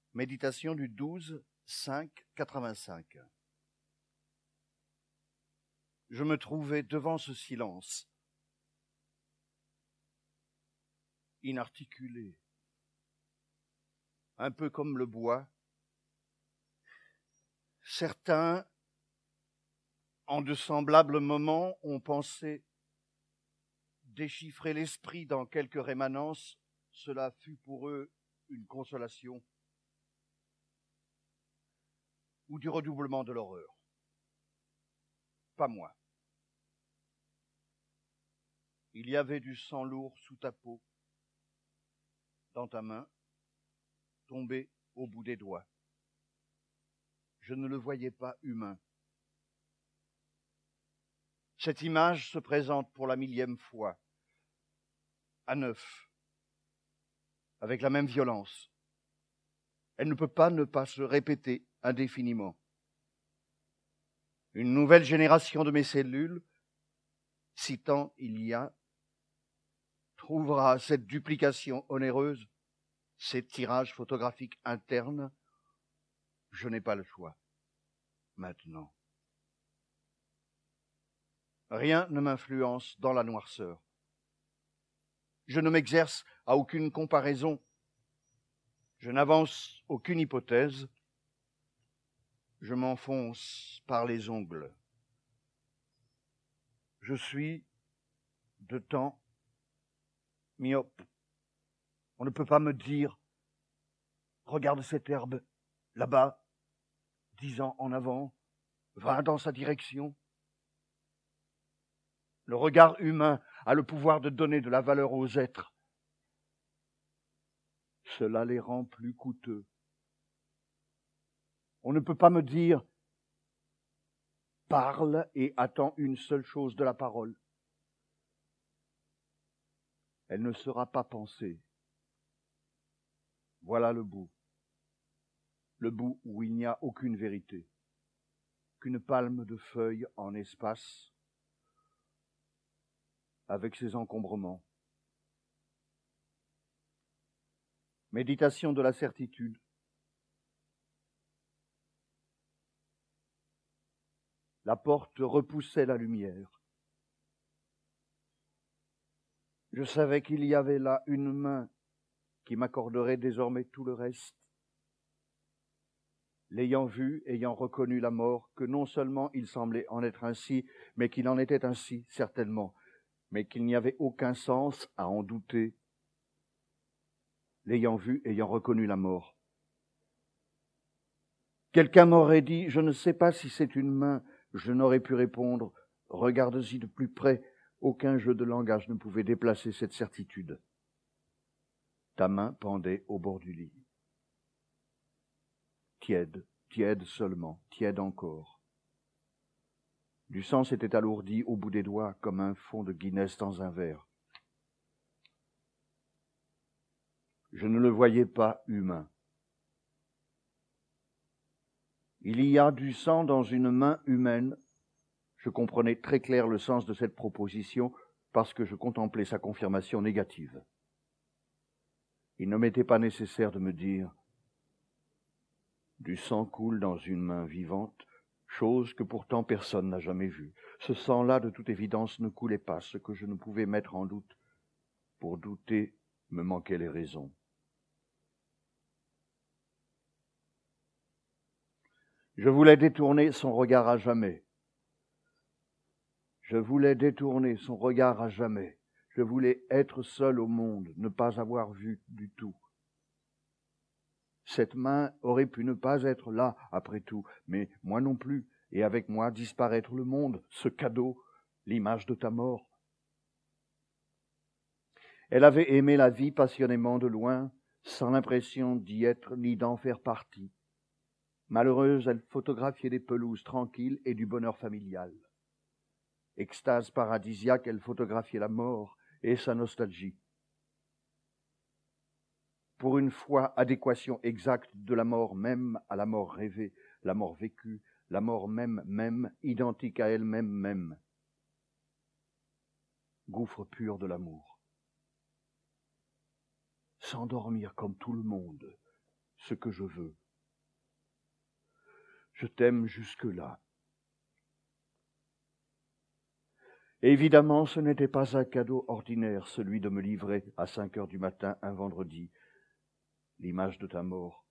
Méditation du 12-5-85. Je me trouvais devant ce silence, inarticulé, un peu comme le bois. Certains, en de semblables moments, ont pensé déchiffrer l'esprit dans quelque rémanence. Cela fut pour eux une consolation ou du redoublement de l'horreur. Pas moi. Il y avait du sang lourd sous ta peau, dans ta main, tombé au bout des doigts. Je ne le voyais pas humain. Cette image se présente pour la 1000e fois, à neuf, avec la même violence. Elle ne peut pas ne pas se répéter indéfiniment. Une nouvelle génération de mes cellules, si tant il y a, trouvera cette duplication onéreuse, ces tirages photographiques internes. Je n'ai pas le choix. Maintenant. Rien ne m'influence dans la noirceur. Je ne m'exerce à aucune comparaison. Je n'avance aucune hypothèse. Je m'enfonce par les ongles. Je suis, de temps, myope. On ne peut pas me dire « Regarde cette herbe, là-bas, 10 ans en avant, va dans sa direction ». Le regard humain a le pouvoir de donner de la valeur aux êtres. Cela les rend plus coûteux. On ne peut pas me dire « Parle et attends une seule chose de la parole ». Elle ne sera pas pensée. Voilà le bout où il n'y a aucune vérité, qu'une palme de feuilles en espace, avec ses encombrements. Méditation de la certitude. La porte repoussait la lumière. Je savais qu'il y avait là une main qui m'accorderait désormais tout le reste. L'ayant vu, ayant reconnu la mort, que non seulement il semblait en être ainsi, mais qu'il en était ainsi, certainement, mais qu'il n'y avait aucun sens à en douter. L'ayant vu, ayant reconnu la mort. Quelqu'un m'aurait dit, je ne sais pas si c'est une main, je n'aurais pu répondre, regarde-y de plus près. Aucun jeu de langage ne pouvait déplacer cette certitude. Ta main pendait au bord du lit. Tiède, tiède seulement, tiède encore. Du sang s'était alourdi au bout des doigts comme un fond de Guinness dans un verre. Je ne le voyais pas humain. Il y a du sang dans une main humaine. Je comprenais très clair le sens de cette proposition parce que je contemplais sa confirmation négative. Il ne m'était pas nécessaire de me dire « Du sang coule dans une main vivante », chose que pourtant personne n'a jamais vue. Ce sang-là, de toute évidence, ne coulait pas, ce que je ne pouvais mettre en doute. Pour douter, me manquaient les raisons. Je voulais détourner son regard à jamais. Je voulais détourner son regard à jamais. Je voulais être seul au monde, ne pas avoir vu du tout. Cette main aurait pu ne pas être là, après tout, mais moi non plus, et avec moi disparaître le monde, ce cadeau, l'image de ta mort. Elle avait aimé la vie passionnément de loin, sans l'impression d'y être ni d'en faire partie. Malheureuse, elle photographiait des pelouses tranquilles et du bonheur familial. Extase paradisiaque, elle photographiait la mort et sa nostalgie. Pour une fois, adéquation exacte de la mort même à la mort rêvée, la mort vécue, la mort même, identique à elle-même même. Gouffre pur de l'amour. S'endormir comme tout le monde, ce que je veux. Je t'aime jusque-là. Évidemment, ce n'était pas un cadeau ordinaire, celui de me livrer à 5 heures du matin un vendredi, l'image de ta mort.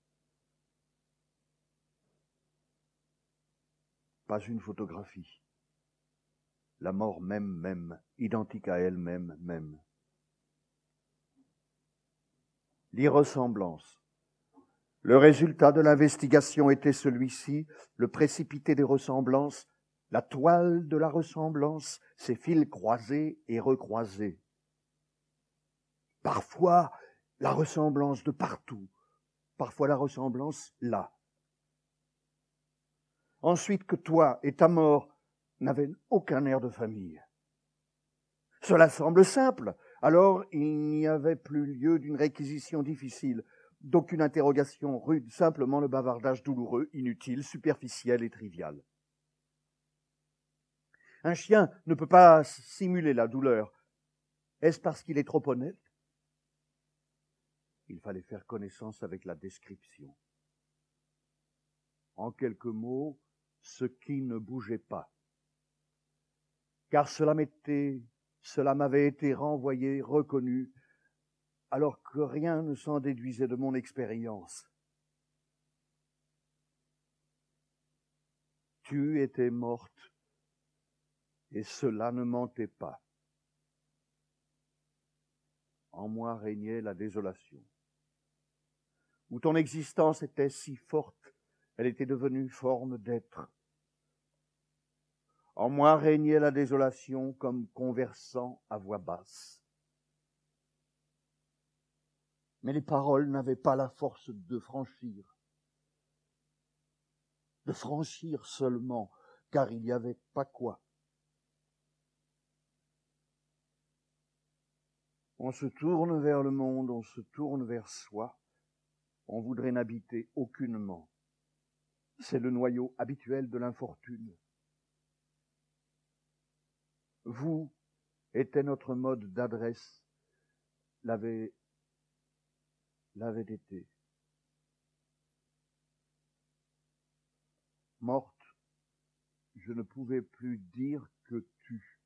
Pas une photographie. La mort même, identique à elle-même, même. L'irressemblance. Le résultat de l'investigation était celui-ci, le précipité des ressemblances, la toile de la ressemblance, ses fils croisés et recroisés. Parfois, la ressemblance de partout, parfois la ressemblance là. Ensuite que toi et ta mort n'avaient aucun air de famille. Cela semble simple, alors il n'y avait plus lieu d'une réquisition difficile, d'aucune interrogation rude, simplement le bavardage douloureux, inutile, superficiel et trivial. Un chien ne peut pas simuler la douleur. Est-ce parce qu'il est trop honnête? Il fallait faire connaissance avec la description. En quelques mots, ce qui ne bougeait pas. Car cela m'avait été renvoyé, reconnu, alors que rien ne s'en déduisait de mon expérience. Tu étais morte, et cela ne mentait pas. En moi régnait la désolation. Où ton existence était si forte, elle était devenue forme d'être. En moi régnait la désolation comme conversant à voix basse. Mais les paroles n'avaient pas la force de franchir. De franchir seulement, car il n'y avait pas quoi. On se tourne vers le monde, on se tourne vers soi, on voudrait n'habiter aucunement. C'est le noyau habituel de l'infortune. Vous était notre mode d'adresse, l'avait été. Morte, je ne pouvais plus dire que tu.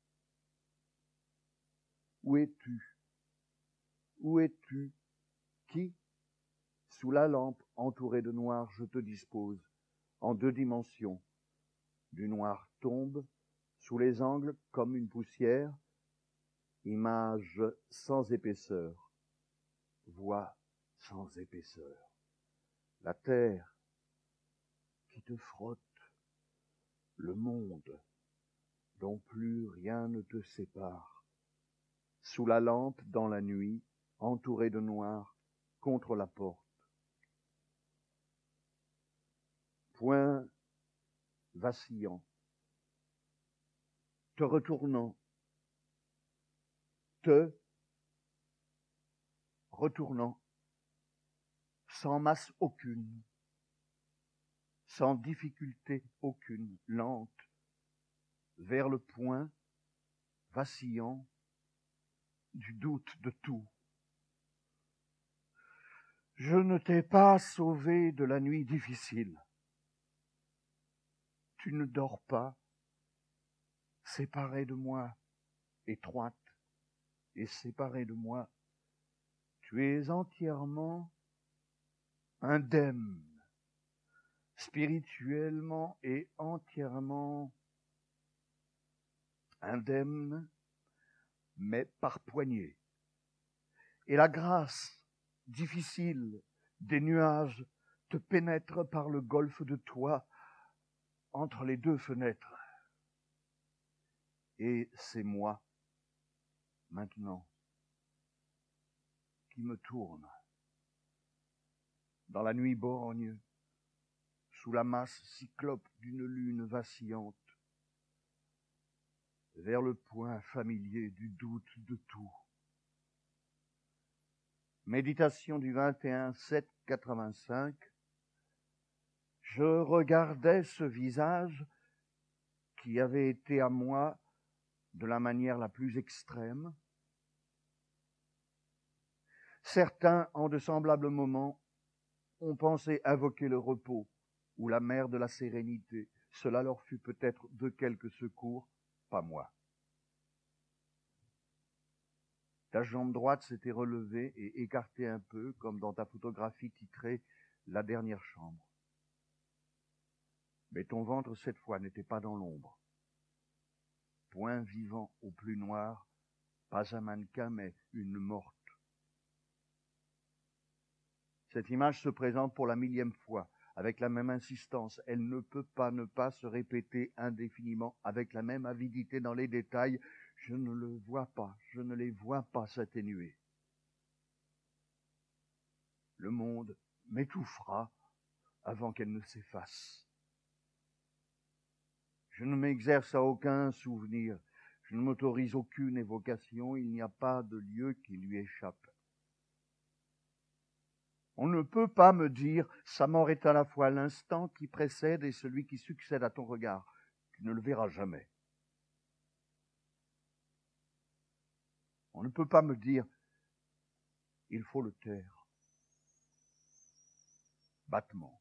Où es-tu? Où es-tu? Qui? Sous la lampe, entourée de noir, je te dispose, en 2 dimensions. Du noir tombe, sous les angles, comme une poussière, image sans épaisseur, voix sans épaisseur. La terre qui te frotte, le monde dont plus rien ne te sépare. Sous la lampe, dans la nuit, entouré de noir, contre la porte. Point vacillant, te retournant, sans masse aucune, sans difficulté aucune, lente, vers le point vacillant du doute de tout. Je ne t'ai pas sauvé de la nuit difficile. Tu ne dors pas, séparée de moi, étroite et séparée de moi. Tu es entièrement indemne, spirituellement et entièrement indemne, mais par poignée. Et la grâce difficile des nuages te pénètre par le golfe de toit entre les 2 fenêtres. Et c'est moi, maintenant, qui me tourne dans la nuit borgne, sous la masse cyclope d'une lune vacillante, vers le point familier du doute de tout. Méditation du 21/7/85. Je regardais ce visage qui avait été à moi de la manière la plus extrême. Certains, en de semblables moments, On pensait invoquer le repos ou la mer de la sérénité. Cela leur fut peut-être de quelque secours, pas moi. Ta jambe droite s'était relevée et écartée un peu, comme dans ta photographie titrée « La dernière chambre ». Mais ton ventre, cette fois, n'était pas dans l'ombre. Point vivant au plus noir, pas un mannequin, mais une morte. Cette image se présente pour la 1000e fois, avec la même insistance. Elle ne peut pas ne pas se répéter indéfiniment, avec la même avidité dans les détails. Je ne le vois pas, je ne les vois pas s'atténuer. Le monde m'étouffera avant qu'elle ne s'efface. Je ne m'exerce à aucun souvenir, je ne m'autorise aucune évocation, il n'y a pas de lieu qui lui échappe. On ne peut pas me dire « sa mort est à la fois l'instant qui précède et celui qui succède à ton regard ». Tu ne le verras jamais. On ne peut pas me dire « il faut le taire ». Battement.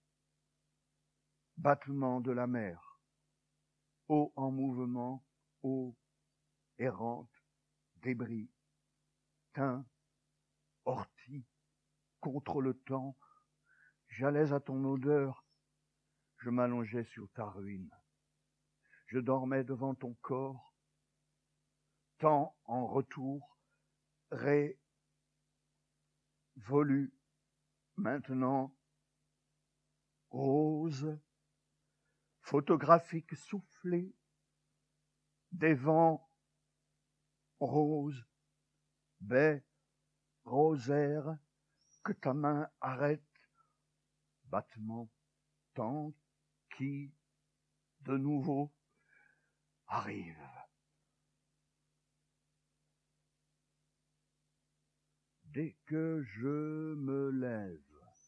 Battement de la mer. Eau en mouvement, eau errante, débris, teint, ortie, contre le temps. J'allais à ton odeur, je m'allongeais sur ta ruine. Je dormais devant ton corps, temps en retour, révolu, maintenant rose, photographique soufflé, des vents roses, baies, rosaires, que ta main arrête, battement, temps qui, de nouveau, arrive. Dès que je me lève,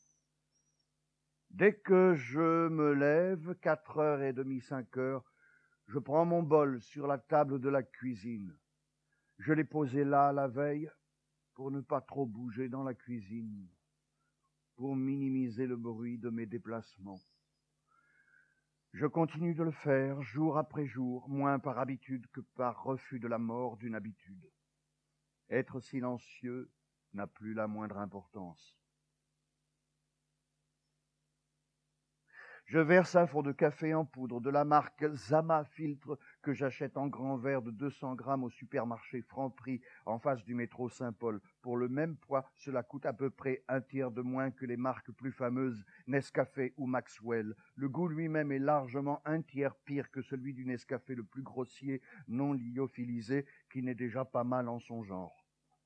4h30, 5h, je prends mon bol sur la table de la cuisine. Je l'ai posé là la veille pour ne pas trop bouger dans la cuisine, pour minimiser le bruit de mes déplacements. Je continue de le faire jour après jour, moins par habitude que par refus de la mort d'une habitude. Être silencieux n'a plus la moindre importance. Je verse un fond de café en poudre de la marque Zama Filtre que j'achète en grand verre de 200 grammes au supermarché Franprix en face du métro Saint-Paul. Pour le même poids, cela coûte à peu près un tiers de moins que les marques plus fameuses Nescafé ou Maxwell. Le goût lui-même est largement un tiers pire que celui du Nescafé le plus grossier, non lyophilisé, qui n'est déjà pas mal en son genre.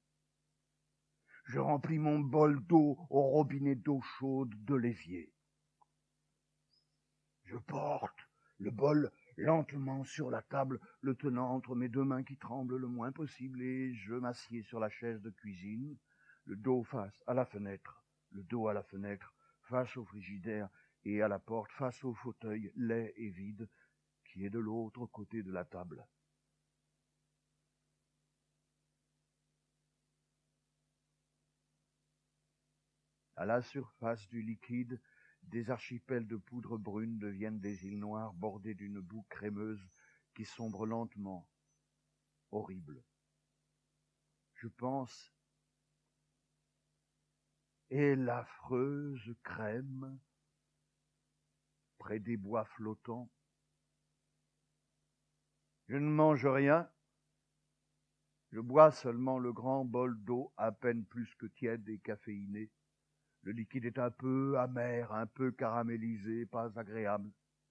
Je remplis mon bol d'eau au robinet d'eau chaude de l'évier. Je porte le bol lentement sur la table, le tenant entre mes deux mains qui tremblent le moins possible, et je m'assieds sur la chaise de cuisine, le dos face à la fenêtre, le dos à la fenêtre, face au frigidaire et à la porte, face au fauteuil laid et vide qui est de l'autre côté de la table. À la surface du liquide, des archipels de poudre brune deviennent des îles noires bordées d'une boue crémeuse qui sombre lentement. Horrible. Je pense, et l'affreuse crème près des bois flottants. Je ne mange rien, je bois seulement le grand bol d'eau à peine plus que tiède et caféiné. Le liquide est un peu amer, un peu caramélisé, pas agréable.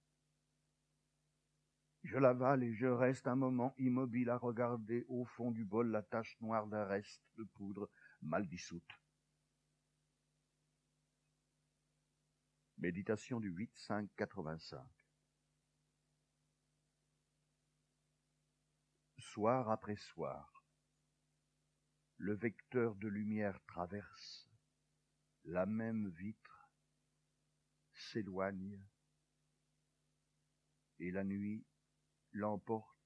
Je l'avale et je reste un moment immobile à regarder au fond du bol la tache noire d'un reste de poudre mal dissoute. Méditation du 8-5-85. Soir après soir, le vecteur de lumière traverse, la même vitre s'éloigne, et la nuit l'emporte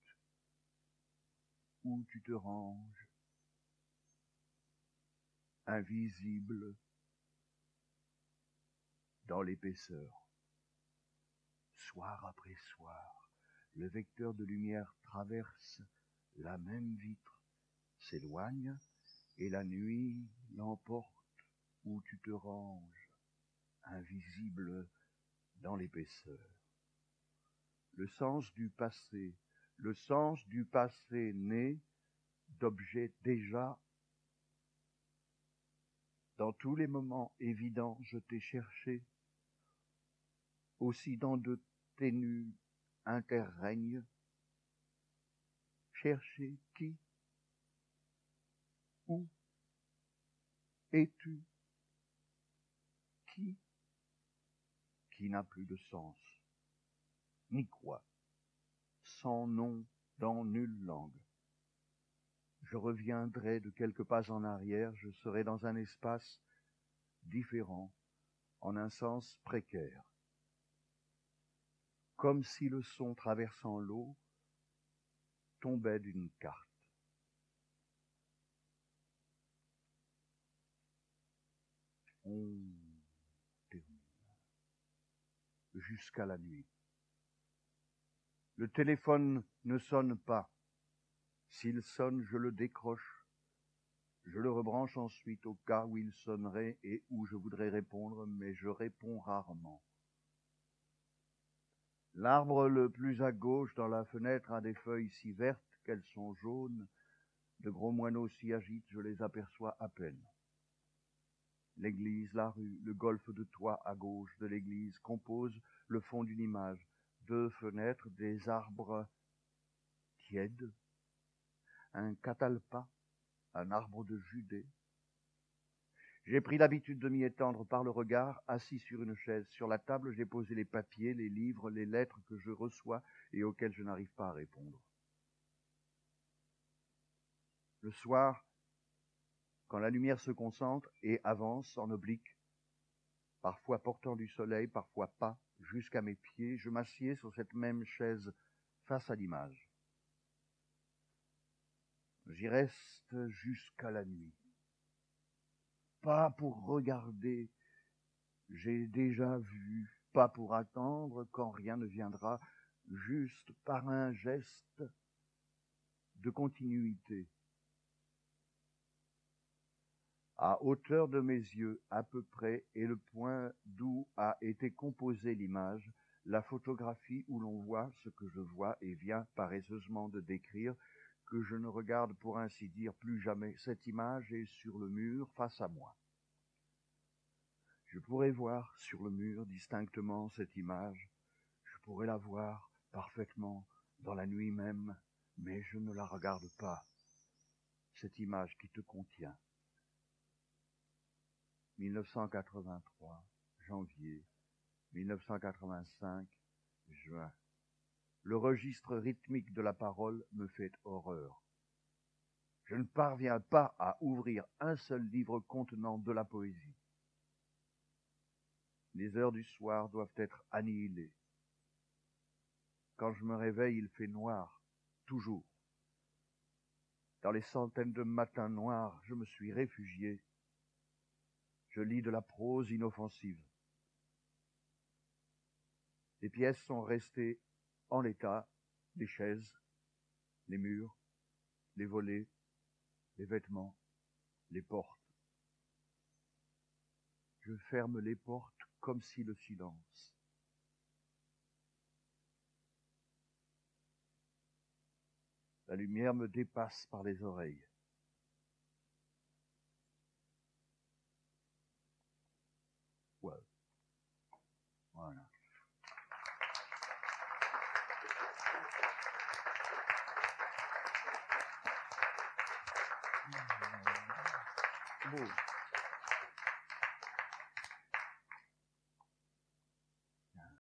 où tu te ranges, invisible, dans l'épaisseur. Soir après soir, le vecteur de lumière traverse la même vitre, s'éloigne, et la nuit l'emporte où tu te ranges, invisible dans l'épaisseur. Le sens du passé né d'objets déjà. Dans tous les moments évidents, je t'ai cherché, aussi dans de ténus interrègnes. Chercher qui? Où? Es-tu? Qui? Qui n'a plus de sens, ni quoi, sans nom dans nulle langue. Je reviendrai de quelques pas en arrière, je serai dans un espace différent, en un sens précaire. Comme si le son traversant l'eau tombait d'une carte. On termine jusqu'à la nuit. Le téléphone ne sonne pas. S'il sonne, je le décroche. Je le rebranche ensuite au cas où il sonnerait et où je voudrais répondre, mais je réponds rarement. L'arbre le plus à gauche dans la fenêtre a des feuilles si vertes qu'elles sont jaunes. De gros moineaux s'y agitent, je les aperçois à peine. L'église, la rue, le golfe de toit à gauche de l'église composent le fond d'une image. 2 fenêtres, des arbres tièdes, un catalpa, un arbre de Judée. J'ai pris l'habitude de m'y étendre par le regard, assis sur une chaise. Sur la table, j'ai posé les papiers, les livres, les lettres que je reçois et auxquelles je n'arrive pas à répondre. Le soir, quand la lumière se concentre et avance en oblique, parfois portant du soleil, parfois pas, jusqu'à mes pieds, je m'assieds sur cette même chaise face à l'image. J'y reste jusqu'à la nuit. Pas pour regarder, j'ai déjà vu, pas pour attendre quand rien ne viendra, juste par un geste de continuité. À hauteur de mes yeux, à peu près, est le point d'où a été composée l'image, la photographie où l'on voit ce que je vois et vient paresseusement de décrire, que je ne regarde pour ainsi dire plus jamais. Cette image est sur le mur face à moi. Je pourrais voir sur le mur distinctement cette image, je pourrais la voir parfaitement dans la nuit même, mais je ne la regarde pas, cette image qui te contient. 1983, janvier, 1985, juin. Le registre rythmique de la parole me fait horreur. Je ne parviens pas à ouvrir un seul livre contenant de la poésie. Les heures du soir doivent être annihilées. Quand je me réveille, il fait noir, toujours. Dans les centaines de matins noirs, je me suis réfugié. Je lis de la prose inoffensive. Les pièces sont restées en l'état, les chaises, les murs, les volets, les vêtements, les portes. Je ferme les portes comme si le silence. La lumière me dépasse par les oreilles. Ouais. Voilà. Beau.